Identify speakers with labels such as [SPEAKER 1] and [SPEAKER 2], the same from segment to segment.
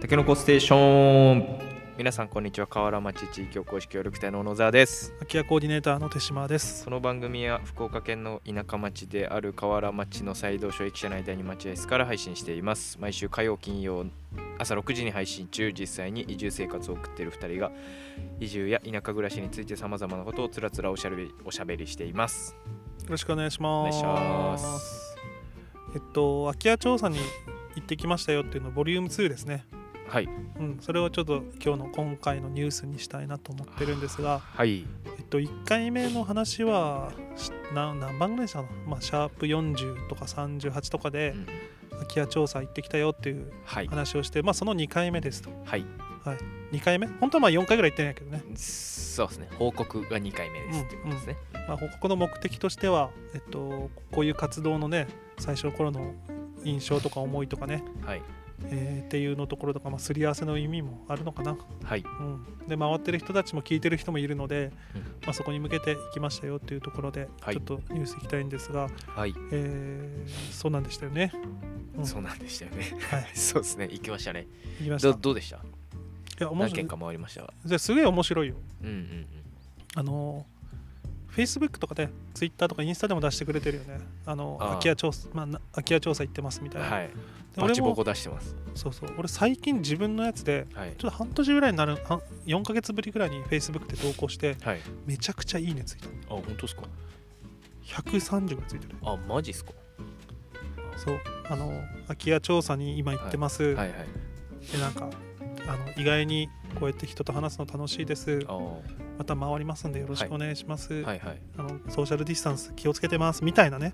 [SPEAKER 1] たけのこステーション。皆さんこんにちは。河原町地域おこし協力隊の小野沢です。
[SPEAKER 2] 空き家コーディネーターの手島です。
[SPEAKER 1] この番組は福岡県の田舎町である河原町の西道所駅舎内第二待合室から配信しています。毎週火曜金曜朝6時に配信中。実際に移住生活を送っている2人が移住や田舎暮らしについてさまざまなことをつらつらおしゃべりしています。
[SPEAKER 2] よろしくお願いします。
[SPEAKER 1] お願いします。
[SPEAKER 2] 空き家調査に行ってきましたよっていうのボリューム2ですね。
[SPEAKER 1] はい、
[SPEAKER 2] それをちょっと今回のニュースにしたいなと思ってるんですが、
[SPEAKER 1] はい、
[SPEAKER 2] 1回目の話は何番ぐらいしたの、シャープ40とか38とかで、空き家調査行ってきたよっていう話をして、その2回目ですと。
[SPEAKER 1] はい、
[SPEAKER 2] 2回目本当は4回ぐらい行ってないけどね。
[SPEAKER 1] そうですね。報告が2回目ですっていうことですね。
[SPEAKER 2] 報告の目的としては、こういう活動のね最初の頃の印象とか思いとかね、っていうのところとか、すり合わせの意味もあるのかな。で回ってる人たちも聞いてる人もいるので、そこに向けて行きましたよっていうところで、ちょっとニュース行きたいんですが、そうなんでしたよね。
[SPEAKER 1] そうなんでしたよね。
[SPEAKER 2] はい、
[SPEAKER 1] そうですね。行きましたね。
[SPEAKER 2] 行きました。
[SPEAKER 1] どうでした？
[SPEAKER 2] いや
[SPEAKER 1] 何件か回りました。
[SPEAKER 2] すげえ面白いよ。Facebook とかで Twitter とかインスタでも出してくれてるよね。空き家調査、空き家調査行ってますみたいな。
[SPEAKER 1] バチボコ出してます。
[SPEAKER 2] そう俺最近自分のやつで、ちょっと半年ぐらいになる4ヶ月ぶりぐらいに Facebook で投稿して、めちゃくちゃいいねついた。
[SPEAKER 1] 本当ですか
[SPEAKER 2] ？130がついてる。
[SPEAKER 1] マジっすか？
[SPEAKER 2] そう空き家調査に今行ってます。でなんか意外にこうやって人と話すの楽しいです。また回りますんでよろしくお願いします。ソーシャルディスタンス気をつけてますみたいなね。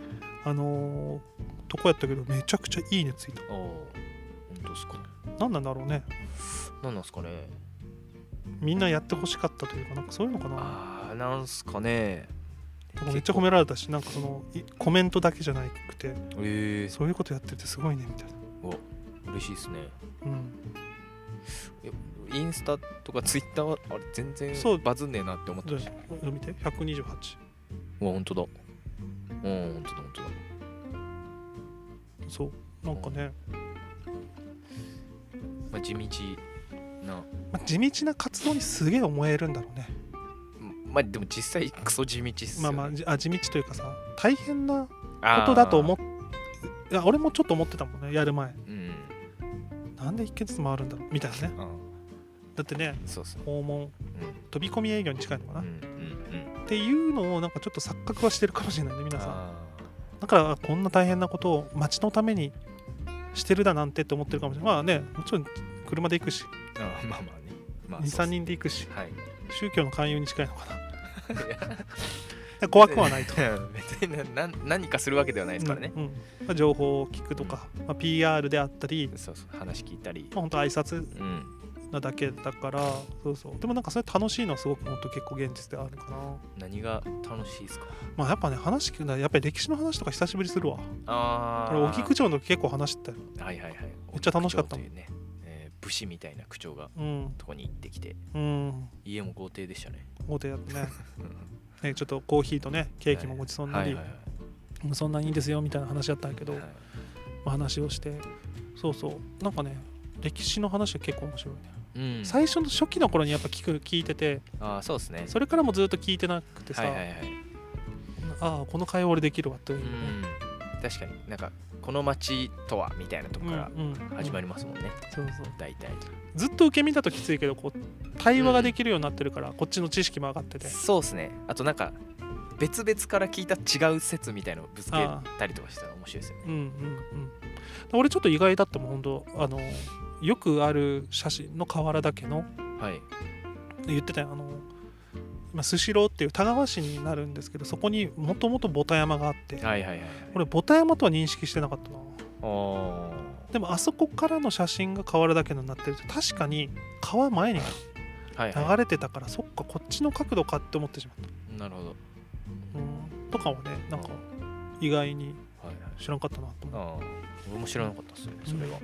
[SPEAKER 2] とこやったけどめちゃくちゃいいねついた。
[SPEAKER 1] 本当ですか？
[SPEAKER 2] 何なんだろうね。
[SPEAKER 1] 何なんすかね。
[SPEAKER 2] みんなやってほしかったというか、なんかそういうのかな。
[SPEAKER 1] なんすかね。
[SPEAKER 2] めっちゃ褒められたし、なんかそのコメントだけじゃなくて、そういうことやっててすごいねみたいな。
[SPEAKER 1] 嬉しいですね。インスタとかツイッターはあれ全然バズんねえなって思ってました。
[SPEAKER 2] 見て128。
[SPEAKER 1] 本当だ。本当だ。
[SPEAKER 2] そうなんかね、
[SPEAKER 1] 地
[SPEAKER 2] 道な活動にすげえ思えるんだろうね。
[SPEAKER 1] でも実際クソ地道っすよね。
[SPEAKER 2] 地道というかさ、大変なことだと思って、いや俺もちょっと思ってたもんね、やる前。なんで1件ずつ回るんだろうみたいなね。だってね、訪問、飛び込み営業に近いのかな、っていうのをなんかちょっと錯覚はしてるかもしれないね皆さん。だからこんな大変なことを町のためにしてるだなんてって思ってるかもしれない。もちろん車で行くし、2、3人で行くし、宗教の勧誘に近いのかな。怖くはないと。
[SPEAKER 1] 別に何かするわけではないですからね。
[SPEAKER 2] 情報を聞くとか、PR であったり、
[SPEAKER 1] 話聞いたり、
[SPEAKER 2] 本当挨拶なだけだから、でもなんかそれ楽しいのはすごく本当結構現実であるかな。
[SPEAKER 1] 何が楽しいですか？
[SPEAKER 2] やっぱね、話聞くのはやっぱり歴史の話とか久しぶりするわ。俺荻区長の時結構話してたよ。めっちゃ楽しかったもん。
[SPEAKER 1] 武士みたいな区長がとこに行ってきて、家も豪邸でしたね。
[SPEAKER 2] 豪邸だったね。ちょっとコーヒーとねケーキもごちそうになり、そんなにいいですよみたいな話だったんだけど、話をして、なんかね歴史の話は結構面白いね。最初の初期の頃にやっぱ聞いてて、
[SPEAKER 1] そうですね。
[SPEAKER 2] それからもずっと聞いてなくてさ、この会話俺できるわという、
[SPEAKER 1] 確かになんかこの町とはみたいなとこから始まりますもんね。大体
[SPEAKER 2] ずっと受け身だときついけど、こう対話ができるようになってるから、こっちの知識も上がってて、
[SPEAKER 1] そうですね。あとなんか別々から聞いた違う説みたいなのをぶつけたりとかしたら面白いですよね。
[SPEAKER 2] 俺ちょっと意外だったもん本当。よくある写真の河原岳の、言ってたよ。スシローっていう田川市になるんですけど、そこにもともとボタ山があって、俺ボタ山とは認識してなかったな。でもあそこからの写真が河原岳になってると、確かに川前に流れてたから、そっかこっちの角度かって思ってしまった。
[SPEAKER 1] なるほど。
[SPEAKER 2] とかはね、なんか意外に知らんかったなと思う。
[SPEAKER 1] 俺も知らなかったですね、それは。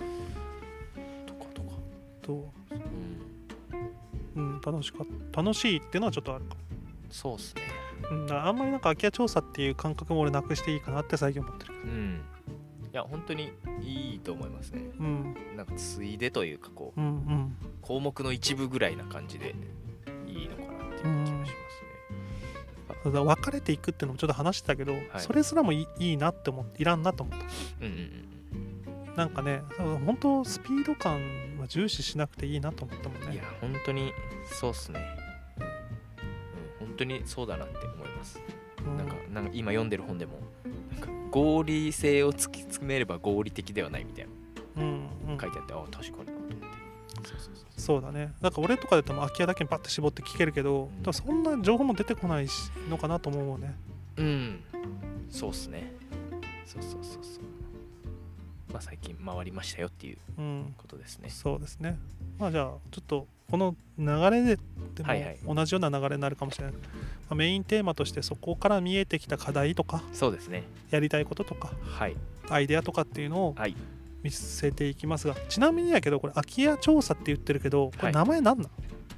[SPEAKER 2] 楽しいっていうのはちょっとあるかも。
[SPEAKER 1] そうですね。
[SPEAKER 2] あんまりなんか空き家調査っていう感覚も俺なくしていいかなって最近思ってる。
[SPEAKER 1] や本当にいいと思いますね、
[SPEAKER 2] うん、
[SPEAKER 1] なんかついでというかこう、
[SPEAKER 2] うんうん、
[SPEAKER 1] 項目の一部ぐらいな感じでいいのかなっていう気がしますね、
[SPEAKER 2] だから別れていくっていうのもちょっと話してたけど、はい、それすらもいいなって思っていらんなと思った、うんうんうん、なんかね本当スピード感は重視しなくていいなと思ったもんね。
[SPEAKER 1] いや本当にそうっすね、うん、本当にそうだなって思います、うん、なんか今読んでる本でもなんか合理性を突き詰めれば合理的ではないみたいな、うんうん、書いてあって、あ確かになと思って。
[SPEAKER 2] そうだね。だから俺とかだと空き家だけにパッて絞って聞けるけど、うん、そんな情報も出てこないのかなと思うね。
[SPEAKER 1] うん、そうっすね。そうまあ最近回りましたよっていうことですね、
[SPEAKER 2] うん、そうですね。まあじゃあちょっとこの流れでも同じような流れになるかもしれない、はいはい、まあ、メインテーマとしてそこから見えてきた課題とか、
[SPEAKER 1] そうですね、
[SPEAKER 2] やりたいこととか、
[SPEAKER 1] はい、
[SPEAKER 2] アイデアとかっていうのを、
[SPEAKER 1] はい、
[SPEAKER 2] 見せていきますが、ちなみにやけどこれ空き家調査って言ってるけど、これ名前なんなん？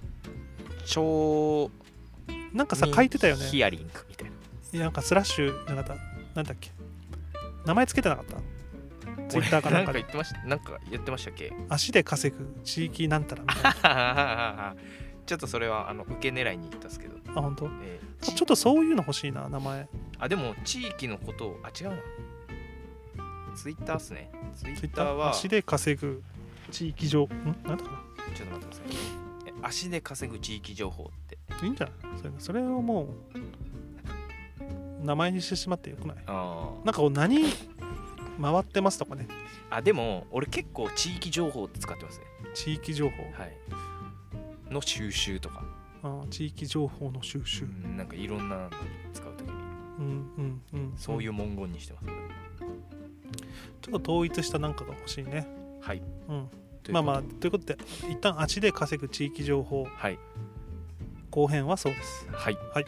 [SPEAKER 2] なんかさ書いてたよね。
[SPEAKER 1] ヒアリングみたいな。
[SPEAKER 2] いやなんかスラッシュなんだっけ？名前つけてなかった？ツイッターかなんかで。
[SPEAKER 1] なんか言ってましたっけ？
[SPEAKER 2] 足で稼ぐ地域なんたらみたいな。
[SPEAKER 1] ちょっとそれは受け狙いに言ったんですけど。
[SPEAKER 2] あ本当？ちょっとそういうの欲しいな名前。
[SPEAKER 1] あでも地域のことを違うな。ツイッターっすね。ツイッターは
[SPEAKER 2] 足で稼ぐ地域情報なんだかな。
[SPEAKER 1] ちょっと待ってください。足で稼ぐ地域情報って
[SPEAKER 2] いいんじゃない？それをもう名前にしてしまってよくない？なんか何回ってますとかね。
[SPEAKER 1] あでも俺結構地域情報って使ってますね。
[SPEAKER 2] 地域情報、
[SPEAKER 1] はい、の収集とか。
[SPEAKER 2] 地域情報の収集、
[SPEAKER 1] なんかいろんなのに使うときに、そういう文言にしてます。
[SPEAKER 2] ちょっと統一したなんかが欲しいね。
[SPEAKER 1] はい、
[SPEAKER 2] まあということで一旦足で稼ぐ地域情報、
[SPEAKER 1] はい、
[SPEAKER 2] 後編はそうです。
[SPEAKER 1] はい、
[SPEAKER 2] はい、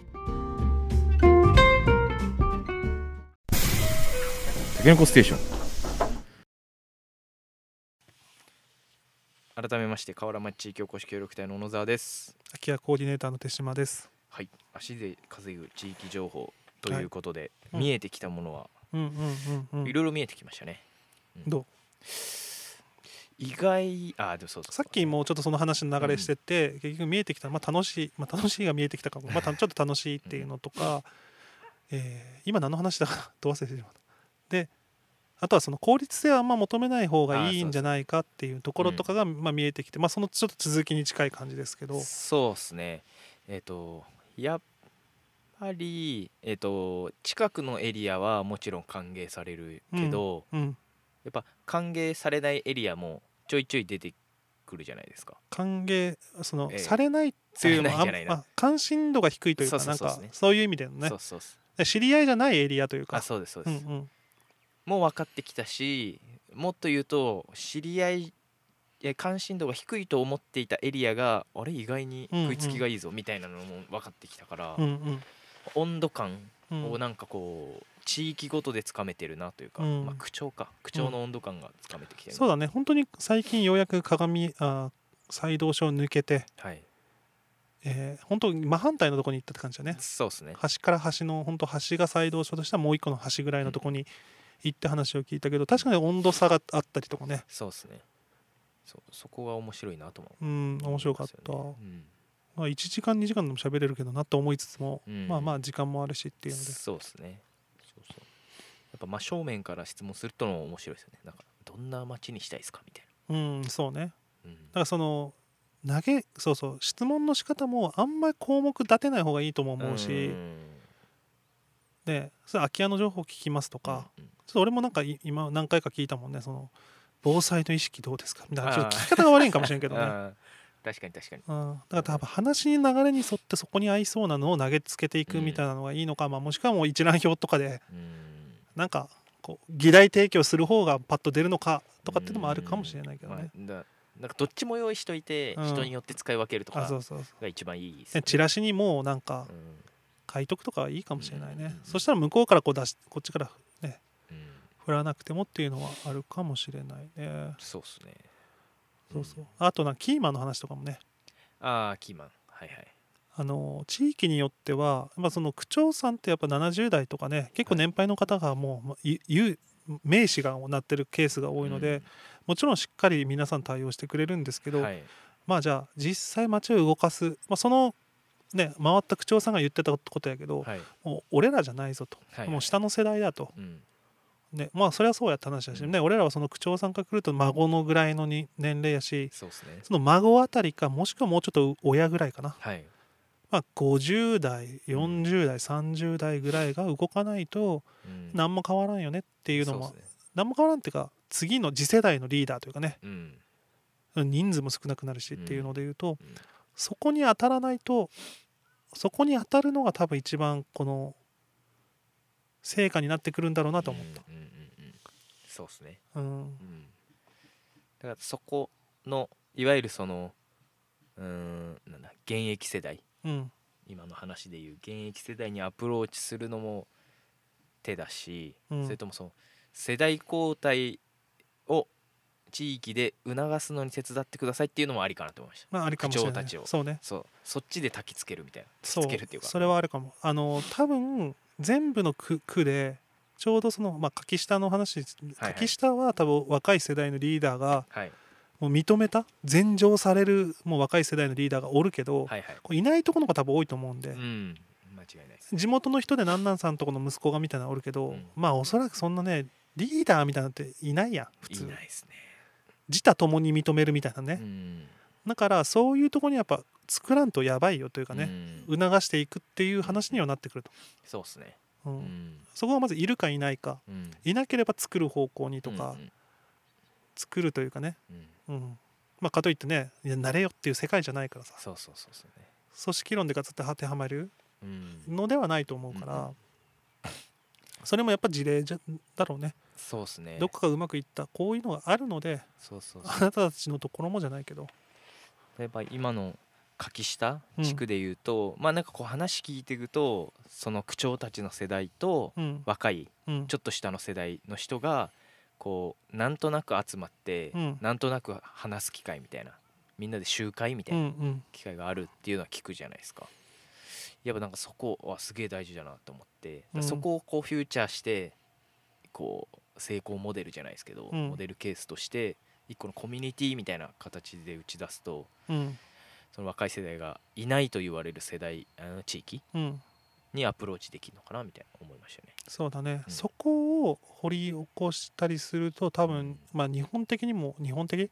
[SPEAKER 1] タケノコステーション。改めまして河原町地域おこし協力隊の小野沢です。
[SPEAKER 2] 空き家コーディネーターの手島です。
[SPEAKER 1] はい、足で稼ぐ地域情報ということで、はい、見えてきたものはいろいろ見えてきましたね。
[SPEAKER 2] どう？
[SPEAKER 1] 意外でもそう
[SPEAKER 2] さっきもちょっとその話の流れしてて、結局見えてきた、楽しいが見えてきたかも、ちょっと楽しいっていうのとか、今何の話だかどう忘れてしまった。であとはその効率性はあんま求めない方がいいんじゃないかっていうところとかが見えてきて、そのちょっと続きに近い感じですけど。
[SPEAKER 1] そうですね。やっぱり、近くのエリアはもちろん歓迎されるけど、やっぱ歓迎されないエリアもちょいちょい出てくるじゃないですか。
[SPEAKER 2] 歓迎されないっていうのは関心度が低いというか、なんかそういう意味でのね。知り合いじゃないエリアというか。
[SPEAKER 1] そうです。もう分かってきたし、もっと言うと知り合い関心度が低いと思っていたエリアがあれ意外に食いつきがいいぞみたいなのも分かってきたから、温度感をなんかこう地域ごとでつかめてるなというか、口調の温度感がつかめてきてる、
[SPEAKER 2] そうだね。本当に最近ようやく西道所を抜けて、はい、本当真反対のところに行ったって感じだね。
[SPEAKER 1] そうですね。
[SPEAKER 2] 端から端の本当端が西道所としてはもう一個の端ぐらいのところに行って話を聞いたけど、確かに温度差があったりとかね。
[SPEAKER 1] そうですね。そこが面白いなと思う。
[SPEAKER 2] 面白かった。1時間2時間でも喋れるけどなと思いつつも、時間もあるしっていうので。
[SPEAKER 1] そうですね。やっぱ真正面から質問するとの面白いですよね。なんかどんな街にしたいですかみたいな。
[SPEAKER 2] そうね。だからその質問の仕方もあんまり項目立てない方がいいとも思うし、でそれ空き家の情報聞きますとか、ちょっと俺もなんか今何回か聞いたもんね。その防災の意識どうですかみたいな、ちょっと聞き方が悪いんかもしれんけどね。
[SPEAKER 1] 確かに。だ
[SPEAKER 2] から多分話の流れに沿ってそこに合いそうなのを投げつけていくみたいなのがいいのか、もしくはもう一覧表とかでなんかこう議題提供する方がパッと出るのかとかっていうのもあるかもしれないけどね。
[SPEAKER 1] なんかどっちも用意しといて人によって使い分けるとかが一番いいですね。
[SPEAKER 2] チラシにもうなんか書いとくとかはいいかもしれないね。そしたら向こうからこっちからね振らなくてもっていうのはあるかもしれないね。
[SPEAKER 1] そうですね。
[SPEAKER 2] あとキーマンの話とかもね。
[SPEAKER 1] キーマン、はいはい。
[SPEAKER 2] 地域によってはその区長さんってやっぱ70代とかね、結構年配の方がもう名詞が鳴ってるケースが多いので、もちろんしっかり皆さん対応してくれるんですけど、まあじゃあ実際街を動かす、そのね回った区長さんが言ってたことやけど、もう俺らじゃないぞと、もう下の世代だと、ね、まあそれはそうやった話だしね、俺らはその区長さんから来ると孫のぐらいの年齢やし、その孫あたりかもしくはもうちょっと親ぐらいかな、まあ、50代40代30代ぐらいが動かないと何も変わらんよねっていうのも、何も変わらんっていうか次の次世代のリーダーというかね、人数も少なくなるしっていうのでいうと、そこに当たらないと、そこに当たるのが多分一番この成果になってくるんだろうなと思った。
[SPEAKER 1] そうですね。だからそこのいわゆるそのなんだ現役世代、今の話でいう現役世代にアプローチするのも手だし、それともその世代交代を地域で促すのに手伝ってくださいっていうのもありかなと思いました。
[SPEAKER 2] ありかもしれない。
[SPEAKER 1] 区長たちを
[SPEAKER 2] そうね、
[SPEAKER 1] そっちで焚きつけるみたいな、
[SPEAKER 2] そうそれはあるかも。多分全部の区でちょうどその柿下の話、柿下は多分若い世代のリーダーがもう認めた、禅譲されるもう若い世代のリーダーがおるけど、いないところが多分多いと思うんで、間違いないです。地元の人で南南さんとこの息子がみたいなのおるけど、まあおそらくそんなねリーダーみたいなのっていないやん普通。いないですね。自他ともに認めるみたいなね、だからそういうところにやっぱ作らんとやばいよというかね、促していくっていう話にはなってくると。そうですね。そこはまずいるかいないか、いなければ作る方向にとか、作るというかね、かといってね、いや慣れよっていう世界じゃないからさ、組織論でガツッと当てはまるのではないと思うから、それもやっぱ事例だろうね。そうですね。どこかうまくいったこういうのがあるので、あなたたちのところもじゃないけど、
[SPEAKER 1] 例えば今の柿下地区でいうと、なんかこう話聞いていくと、その区長たちの世代と若い、ちょっと下の世代の人がこうなんとなく集まって、なんとなく話す機会みたいな、みんなで集会みたいな機会があるっていうのは聞くじゃないですか。やっぱなんかそこはすげえ大事だなと思って、そこをこうフューチャーしてこう成功モデルじゃないですけど、モデルケースとして一個のコミュニティみたいな形で打ち出すと、その若い世代がいないと言われる世代地域にアプローチできるのかなみたいな思いましたね。
[SPEAKER 2] そうだね、そこを掘り起こしたりすると多分、日本的にも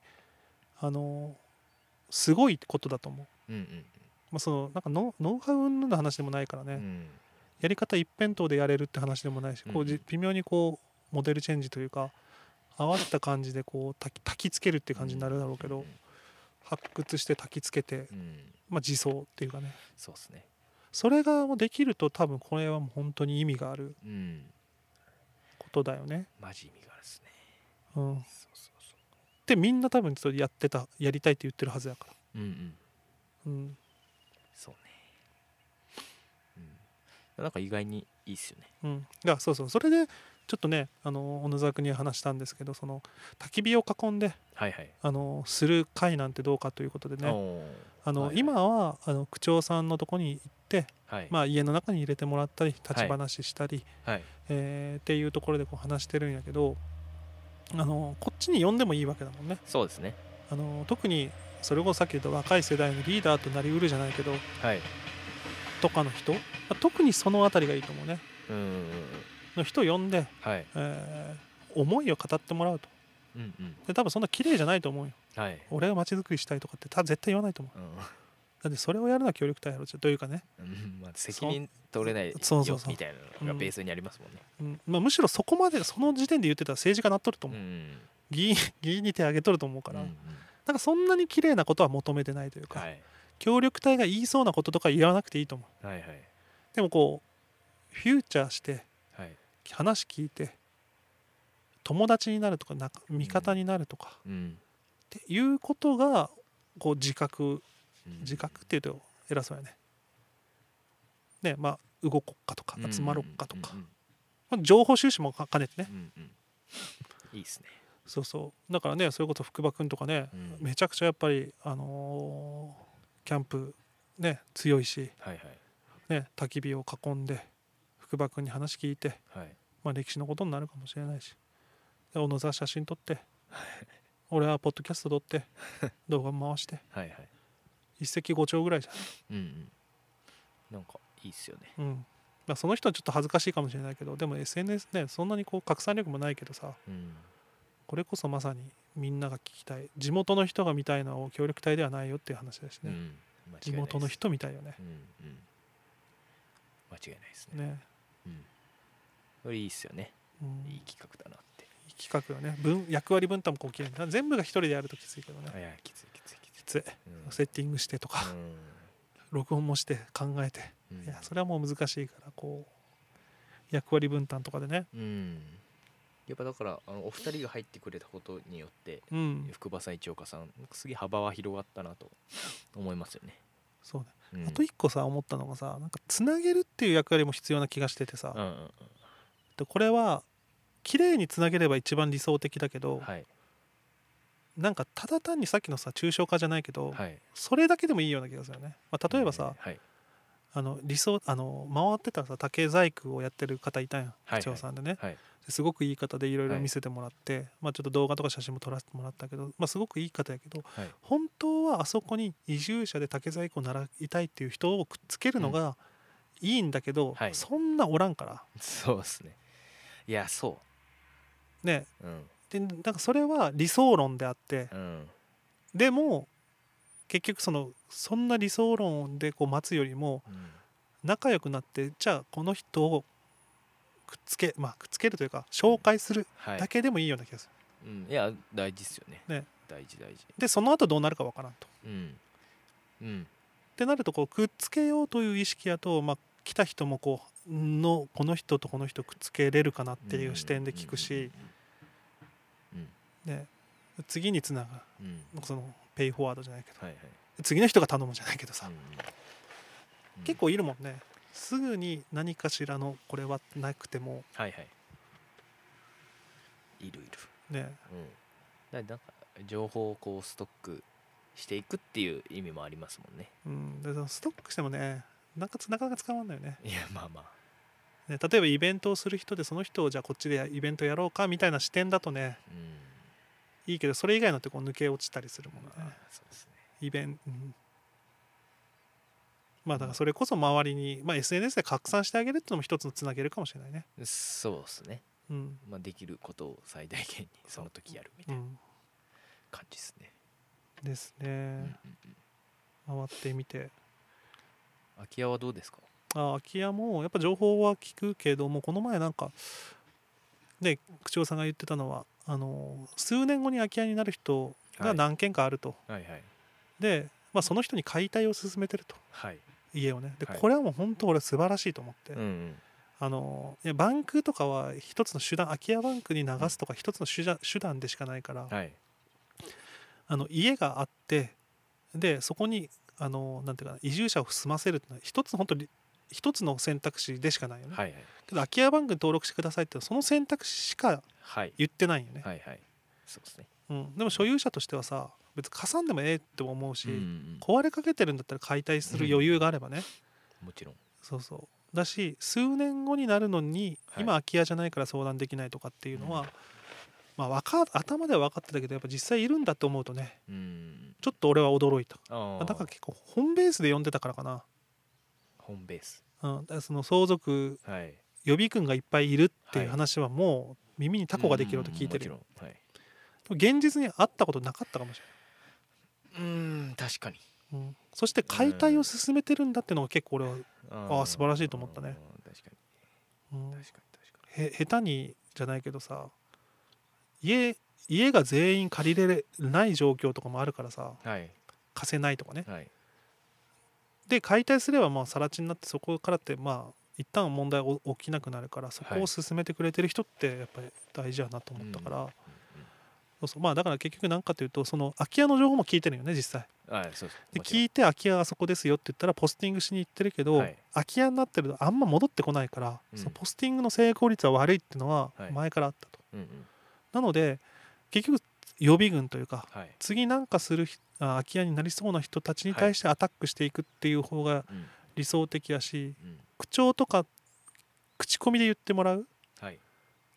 [SPEAKER 2] すごいことだと思う。そのなんかノウハウ云々の話でもないからね、やり方一辺倒でやれるって話でもないし、こう微妙にこうモデルチェンジというか合わせた感じでこう焚きつけるっていう感じになるだろうけど、発掘して焚きつけて、自走っていうかね、そうですね、それがもうできると多分これはもう本当に意味があることだよね。マジ意味があるですね。でみんな多分それやりたいって言ってるはずやから。そうね。なんか意外にいいっすよね。そうそれでちょっとね小野沢君に話したんですけど、その焚き火を囲んで、する会なんてどうかということでね、今は区長さんのとこに行って、家の中に入れてもらったり立ち話したり、っていうところでこう話してるんやけど、こっちに呼んでもいいわけだもんね。そうですね。特にそれこそさっき言った若い世代のリーダーとなりうるじゃないけど、とかの人、特にそのあたりがいいと思うね。の人を呼んで、思いを語ってもらうと。で多分そんな綺麗じゃないと思うよ。俺が街づくりしたいとかって絶対言わないと思う。だってそれをやるのは協力隊やろというかね、責任取れないよみたいなのがベースにありますもんね。むしろそこまでその時点で言ってたら政治家なっとると思う。議員に手挙げとると思うから、なんかそんなに綺麗なことは求めてないというか、協力隊が言いそうなこととか言わなくていいと思う。でもこうフューチャーして話聞いて友達になるとか味方になるとか、っていうことがこう自覚っていうと偉そうやね。動こっかとか集まろっかとか、情報収集も兼ねてね。いいですね。そうだからね、それこそ福場君とかね、めちゃくちゃやっぱりキャンプね強いし、焚き火を囲んで福場君に話聞いて、歴史のことになるかもしれないし、 小野沢写真撮って俺はポッドキャスト撮って動画回して
[SPEAKER 1] はいはい
[SPEAKER 2] 一石五鳥ぐらいじゃん。
[SPEAKER 1] うんうん。なんかいいっすよね。
[SPEAKER 2] うん。まあその人はちょっと恥ずかしいかもしれないけど、でも SNS ね、そんなにこう拡散力もないけどさ、
[SPEAKER 1] うん、
[SPEAKER 2] これこそまさにみんなが聞きたい、地元の人が見たいのを協力隊ではないよっていう話だしね、地元の人みたいよね、
[SPEAKER 1] 間違いないですね。これいいっすよね、いい企画だなって。
[SPEAKER 2] いい企画よね。役割分担もこうきれいな、全部が一人でやるときついけどね。
[SPEAKER 1] いやきつい、
[SPEAKER 2] セッティングしてとか、録音もして考えて、いやそれはもう難しいから、こう役割分担とかでね、
[SPEAKER 1] やっぱだからお二人が入ってくれたことによって、福場さん市岡さんすげえ幅は広がったなと思いますよね。
[SPEAKER 2] そうね、あと一個さ思ったのがさ、なんかつなげるっていう役割も必要な気がしててさ、でこれは綺麗につなげれば一番理想的だけど、なんかただ単にさっきのさ抽象化じゃないけど、それだけでもいいような気がするよね。例えばさ、回ってたさ竹細工をやってる方いたやん、区長さんでね、すごくいい方でいろいろ見せてもらって、ちょっと動画とか写真も撮らせてもらったけど、すごくいい方やけど、本当はあそこに移住者で竹細工を習いたいっていう人をくっつけるのがいいんだけど、そんなおらんから。
[SPEAKER 1] そうですね。いやそう
[SPEAKER 2] ね、でなんかそれは理想論であって、でも結局そんな理想論でこう待つよりも、仲良くなってじゃあこの人をくっつけるというか紹介するだけでもいいような気がする。
[SPEAKER 1] いや大事ですよね。大事
[SPEAKER 2] でその後どうなるかわからんと。ってなるとこうくっつけようという意識やと、来た人もこの人とこの人くっつけれるかなっていう視点で聞くし、次につながる、そのペイフォワードじゃないけど、次の人が頼むじゃないけどさ、結構いるもんね。すぐに何かしらのこれはなくても、
[SPEAKER 1] いるね、なんか情報をこうストックしていくっていう意味もありますもんね。
[SPEAKER 2] でストックしてもね、なかなか使わんないよね。
[SPEAKER 1] いや
[SPEAKER 2] 例えばイベントをする人でその人をじゃあこっちでイベントやろうかみたいな視点だとね、いいけど、それ以外のってこう抜け落ちたりするものね。
[SPEAKER 1] そうですね。
[SPEAKER 2] イベント、だからそれこそ周りに、SNS で拡散してあげるっていうのも一つのつなげるかもしれないね。
[SPEAKER 1] そうですね。できることを最大限にその時やるみたいな感じですね。
[SPEAKER 2] ですね。回ってみて。
[SPEAKER 1] 空き家はどうですか？
[SPEAKER 2] 空き家もやっぱ情報は聞くけども、この前なんかね、区長さんが言ってたのは数年後に空き家になる人が何件かあると。で、その人に解体を進めてると、家をね。でこれはもう本当俺素晴らしいと思って、いやバンクとかは一つの手段、空き家バンクに流すとか一つの手段でしかないから、家があってでそこになんていうかな、移住者を住ませるってのは一つの選択肢でしかないよね。けど空き家バンクに登録してくださいってその選択肢しか言ってないよね。
[SPEAKER 1] そうですね。
[SPEAKER 2] でも所有者としてはさ、別にかさんでもええって思うし、壊れかけてるんだったら解体する余裕があればね、
[SPEAKER 1] もちろん
[SPEAKER 2] そうだし、数年後になるのに今空き家じゃないから相談できないとかっていうのは、頭では分かってたけどやっぱ実際いるんだって思うとね、ちょっと俺は驚いた。だから結構本ベースで読んでたからかな。
[SPEAKER 1] 本ベース、
[SPEAKER 2] だからその相続予備軍がいっぱいいるっていう話はもう耳にタコができると聞いてるよ。現実にあったことなかったかもしれない。
[SPEAKER 1] 確かに。
[SPEAKER 2] そして解体を進めてるんだってのが結構俺は素晴らしいと思ったね。
[SPEAKER 1] 確かに。
[SPEAKER 2] 下手にじゃないけどさ、家が全員借りれない状況とかもあるからさ、貸せないとかね、で解体すれば更地になって、そこからって一旦問題起きなくなるから、そこを進めてくれてる人ってやっぱり大事やなと思ったから、だから結局何かというと、その空き家の情報も聞いてるよね実際。で聞いて空き家あそこですよって言ったらポスティングしに行ってるけど、空き家になってるとあんま戻ってこないから、そのポスティングの成功率は悪いっていうのは前からあったと。なので結局予備軍というか、次なんかする空き家になりそうな人たちに対してアタックしていくっていう方が理想的やし、口調とか口コミで言ってもらう、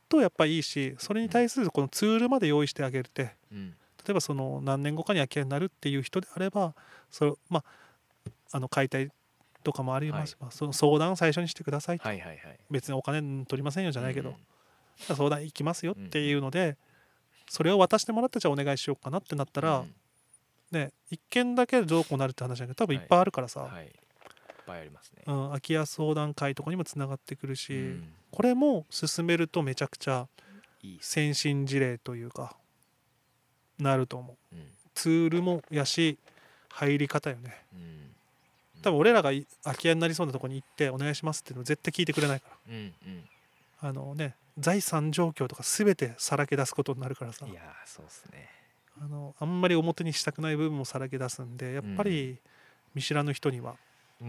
[SPEAKER 2] とやっぱりいいし、それに対するこのツールまで用意してあげるって、
[SPEAKER 1] うん、
[SPEAKER 2] 例えばその何年後かに空き家になるっていう人であれば、それまあ解体とかもあります、
[SPEAKER 1] はい、
[SPEAKER 2] その相談を最初にしてくださいと、
[SPEAKER 1] はいはいはい、
[SPEAKER 2] 別にお金取りませんよじゃないけど、相談行きますよっ
[SPEAKER 1] うん
[SPEAKER 2] ていうので、それを渡してもらってじゃあお願いしようかなってなったら、
[SPEAKER 1] うん
[SPEAKER 2] ね、一件だけでどうこうなるって話だけど多分いっぱいあるからさ、
[SPEAKER 1] はい、いっぱいありますね。
[SPEAKER 2] 空き家相談会とかにもつながってくるし、
[SPEAKER 1] うん、
[SPEAKER 2] これも進めるとめちゃくちゃ
[SPEAKER 1] いいっす。
[SPEAKER 2] 先進事例というかなると思う。
[SPEAKER 1] うん、
[SPEAKER 2] ツールもやし入り方よね。
[SPEAKER 1] うん、
[SPEAKER 2] 多分俺らが空き家になりそうなとこに行ってお願いしますっていうの絶対聞いてくれないか
[SPEAKER 1] うん、うん、
[SPEAKER 2] ら、財産状況とか全てさらけ出すことになるからさ、
[SPEAKER 1] いやー、そうっすね。
[SPEAKER 2] あんまり表にしたくない部分もさらけ出すんで、やっぱり見知らぬ人には、
[SPEAKER 1] うん、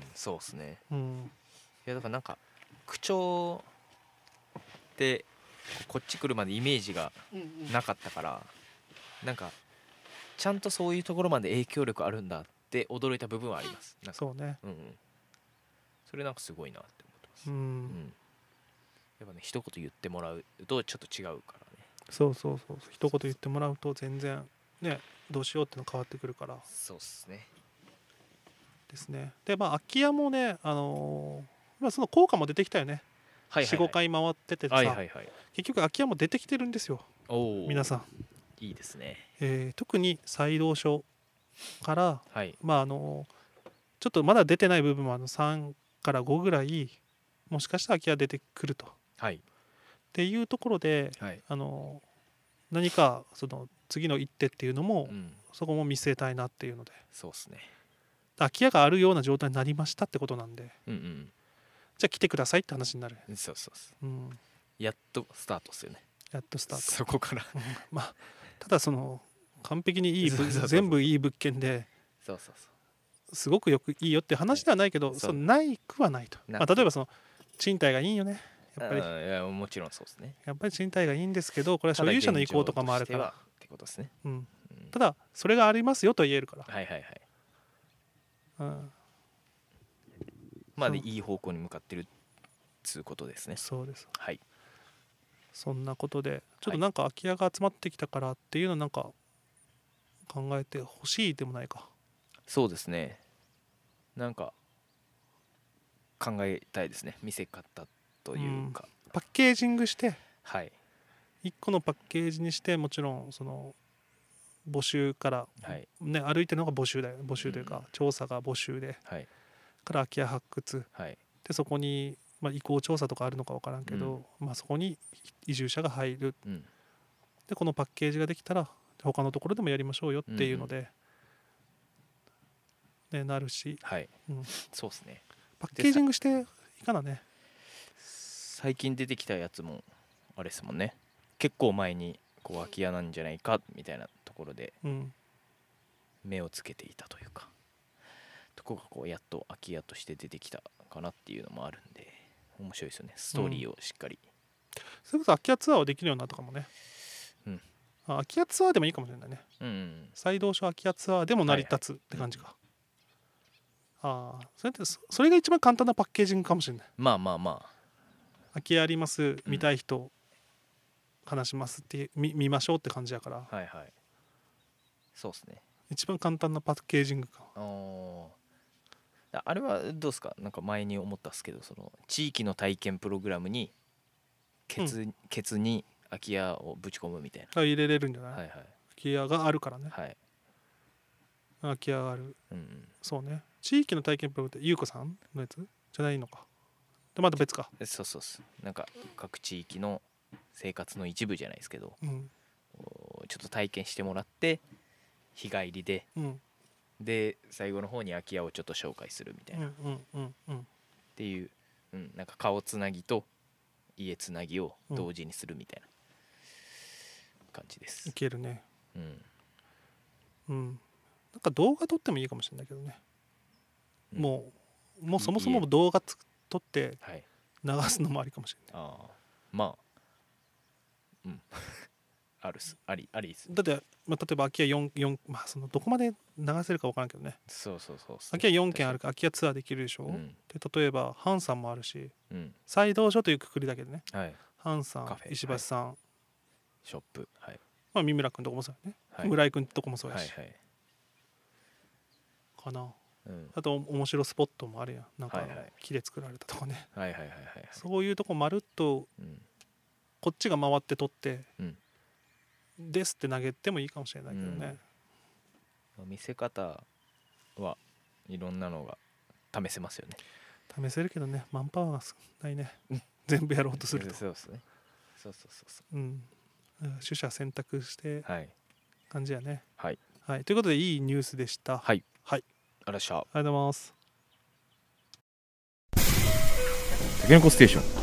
[SPEAKER 1] そうっすね。
[SPEAKER 2] うん、
[SPEAKER 1] いやだからなんか口調でこっち来るまでイメージがなかったから、なんかちゃんとそういうところまで影響力あるんだって驚いた部分はあります。なんか
[SPEAKER 2] そうね、
[SPEAKER 1] うんうん、それなんかすごいなって思ってます。
[SPEAKER 2] うん、
[SPEAKER 1] うんやっぱね一言言ってもらうとちょっと違うからね。
[SPEAKER 2] そうそうそう、一言言ってもらうと全然ね、どうしようっての変わってくるから
[SPEAKER 1] そうっすね。
[SPEAKER 2] ですね。で空き家もね、その効果も出てきたよね。
[SPEAKER 1] はいはい、
[SPEAKER 2] 4、5回回っててさ、
[SPEAKER 1] はいはいはい。
[SPEAKER 2] 結局空き家も出てきてるんですよ、
[SPEAKER 1] おお。
[SPEAKER 2] 皆さん。
[SPEAKER 1] いいですね。
[SPEAKER 2] 特に裁動所から、
[SPEAKER 1] はい。
[SPEAKER 2] ちょっとまだ出てない部分も3から5ぐらいもしかしたら空き家出てくると。
[SPEAKER 1] はい。
[SPEAKER 2] っていうところで、
[SPEAKER 1] はい。
[SPEAKER 2] 何かその次の一手っていうのも、
[SPEAKER 1] うん。
[SPEAKER 2] そこも見据えたいなっていうので、
[SPEAKER 1] そうっすね。
[SPEAKER 2] 空き家があるような状態になりましたってことなんで、
[SPEAKER 1] うん
[SPEAKER 2] じゃあ来てくださいって話になる。
[SPEAKER 1] うん。そうそうそう。
[SPEAKER 2] うん、
[SPEAKER 1] やっとスタートっすよね。
[SPEAKER 2] やっとスタート。
[SPEAKER 1] そこから
[SPEAKER 2] ただその完璧にいい
[SPEAKER 1] そうそうそう
[SPEAKER 2] 全部いい物件で
[SPEAKER 1] そうそうそ
[SPEAKER 2] すごくよくいいよって話ではないけど、
[SPEAKER 1] そう
[SPEAKER 2] ないくはないと。
[SPEAKER 1] な
[SPEAKER 2] 例えばその賃貸がいいよね。
[SPEAKER 1] う。
[SPEAKER 2] やっぱり
[SPEAKER 1] いやもちろんそうですね。
[SPEAKER 2] やっぱり賃貸がいいんですけど、これは所有者の意向とかもあるから、
[SPEAKER 1] ってことですね。
[SPEAKER 2] うん、
[SPEAKER 1] うん
[SPEAKER 2] ただそれがありますよと言えるから、
[SPEAKER 1] はいはいはい。
[SPEAKER 2] うん、
[SPEAKER 1] まあ
[SPEAKER 2] そう
[SPEAKER 1] いい方向に向かってるっつうことですね。
[SPEAKER 2] そうです。
[SPEAKER 1] はい。
[SPEAKER 2] そんなことでちょっとなんか空き家が集まってきたからっていうのなんか考えてほしいでもないか。
[SPEAKER 1] そうですね。なんか考えたいですね。見せ方というか、
[SPEAKER 2] パッケージングして
[SPEAKER 1] はい。
[SPEAKER 2] 1個のパッケージにして、もちろんその募集から、
[SPEAKER 1] はい
[SPEAKER 2] ね、歩いてるのが募集だよ、募集というか、調査が募集で
[SPEAKER 1] はい
[SPEAKER 2] から空き家発掘
[SPEAKER 1] はい
[SPEAKER 2] で、そこに、移行調査とかあるのか分からんけど、そこに移住者が入る、
[SPEAKER 1] うん
[SPEAKER 2] でこのパッケージができたら他のところでもやりましょうよっていうので、なるし、
[SPEAKER 1] はい。
[SPEAKER 2] うん、
[SPEAKER 1] そうですね。
[SPEAKER 2] パッケージングしていかなね。
[SPEAKER 1] 最近出てきたやつもあれですもんね。結構前にこう空き家なんじゃないかみたいなところで
[SPEAKER 2] うん
[SPEAKER 1] 目をつけていたというか、とこがこうやっと空き家として出てきたかなっていうのもあるんで面白いですよね。ストーリーをしっかり、
[SPEAKER 2] それこそ空き家ツアーをできるようになったかもね。
[SPEAKER 1] うん
[SPEAKER 2] 空き家ツアーでもいいかもしれないね。
[SPEAKER 1] うんうん、
[SPEAKER 2] 裁動所空き家ツアーでも成り立つって感じか。それってそれが一番簡単なパッケージングかもしれない。
[SPEAKER 1] まあまあまあ、
[SPEAKER 2] 空き家あります見たい人話しますって見ましょうって感じやから、
[SPEAKER 1] はいはい、そうですね。
[SPEAKER 2] 一番簡単なパッケージングか。
[SPEAKER 1] あれはどうですか。なんか前に思ったっすけど、その地域の体験プログラムにケツに空き家をぶち込むみたい
[SPEAKER 2] 入れれるんじゃない、
[SPEAKER 1] な。はいはい
[SPEAKER 2] 空き家があるからね。
[SPEAKER 1] はい。
[SPEAKER 2] 空き家がある。
[SPEAKER 1] うん
[SPEAKER 2] そうね。地域の体験プログラムってゆうこさんのやつじゃないのか。でまた別か。
[SPEAKER 1] そうそうそう。なんか各地域の生活の一部じゃないですけど、ちょっと体験してもらって日帰りで、で最後の方に空き家をちょっと紹介するみたいな、っていう、なんか顔つなぎと家つなぎを同時にするみたいな感じです。
[SPEAKER 2] いけるね。
[SPEAKER 1] うん
[SPEAKER 2] なんか動画撮ってもいいかもしれないけどね。もうそもそも動画撮って流すのもありかもしれない。
[SPEAKER 1] まあありです。
[SPEAKER 2] だって、例えば空き家4、そのどこまで流せるか分からんけどね。
[SPEAKER 1] そう
[SPEAKER 2] 空き家4軒あるから空き家ツアーできるでしょ、で例えばハンさんもあるし、裁動所というくくりだけでね、 ハンさん、石橋さん、はい、
[SPEAKER 1] ショップ、はい、
[SPEAKER 2] まあ三村君とこもそうやね、はい、村井君とこもそうやし、はいはい、かな、うん、あと面白スポットもあるやん、なんか、はいはい、木で作られたとかね、はいはいはいはい、そういうとこまるっと、うん、こっちが回って取って、うん、ですって投げてもいいかもしれないけどね、
[SPEAKER 1] うん、見せ方はいろんなのが試せますよね。
[SPEAKER 2] 試せるけどね、マンパワーが少ないね全部やろうとすると。
[SPEAKER 1] そうですね、そう、
[SPEAKER 2] うん、取捨選択して感じやね。
[SPEAKER 1] はい、
[SPEAKER 2] はい、ということでいいニュースでした。
[SPEAKER 1] はい、
[SPEAKER 2] はい、
[SPEAKER 1] ありがとうございました。
[SPEAKER 2] ありがとうございます。
[SPEAKER 1] たけのこステーション。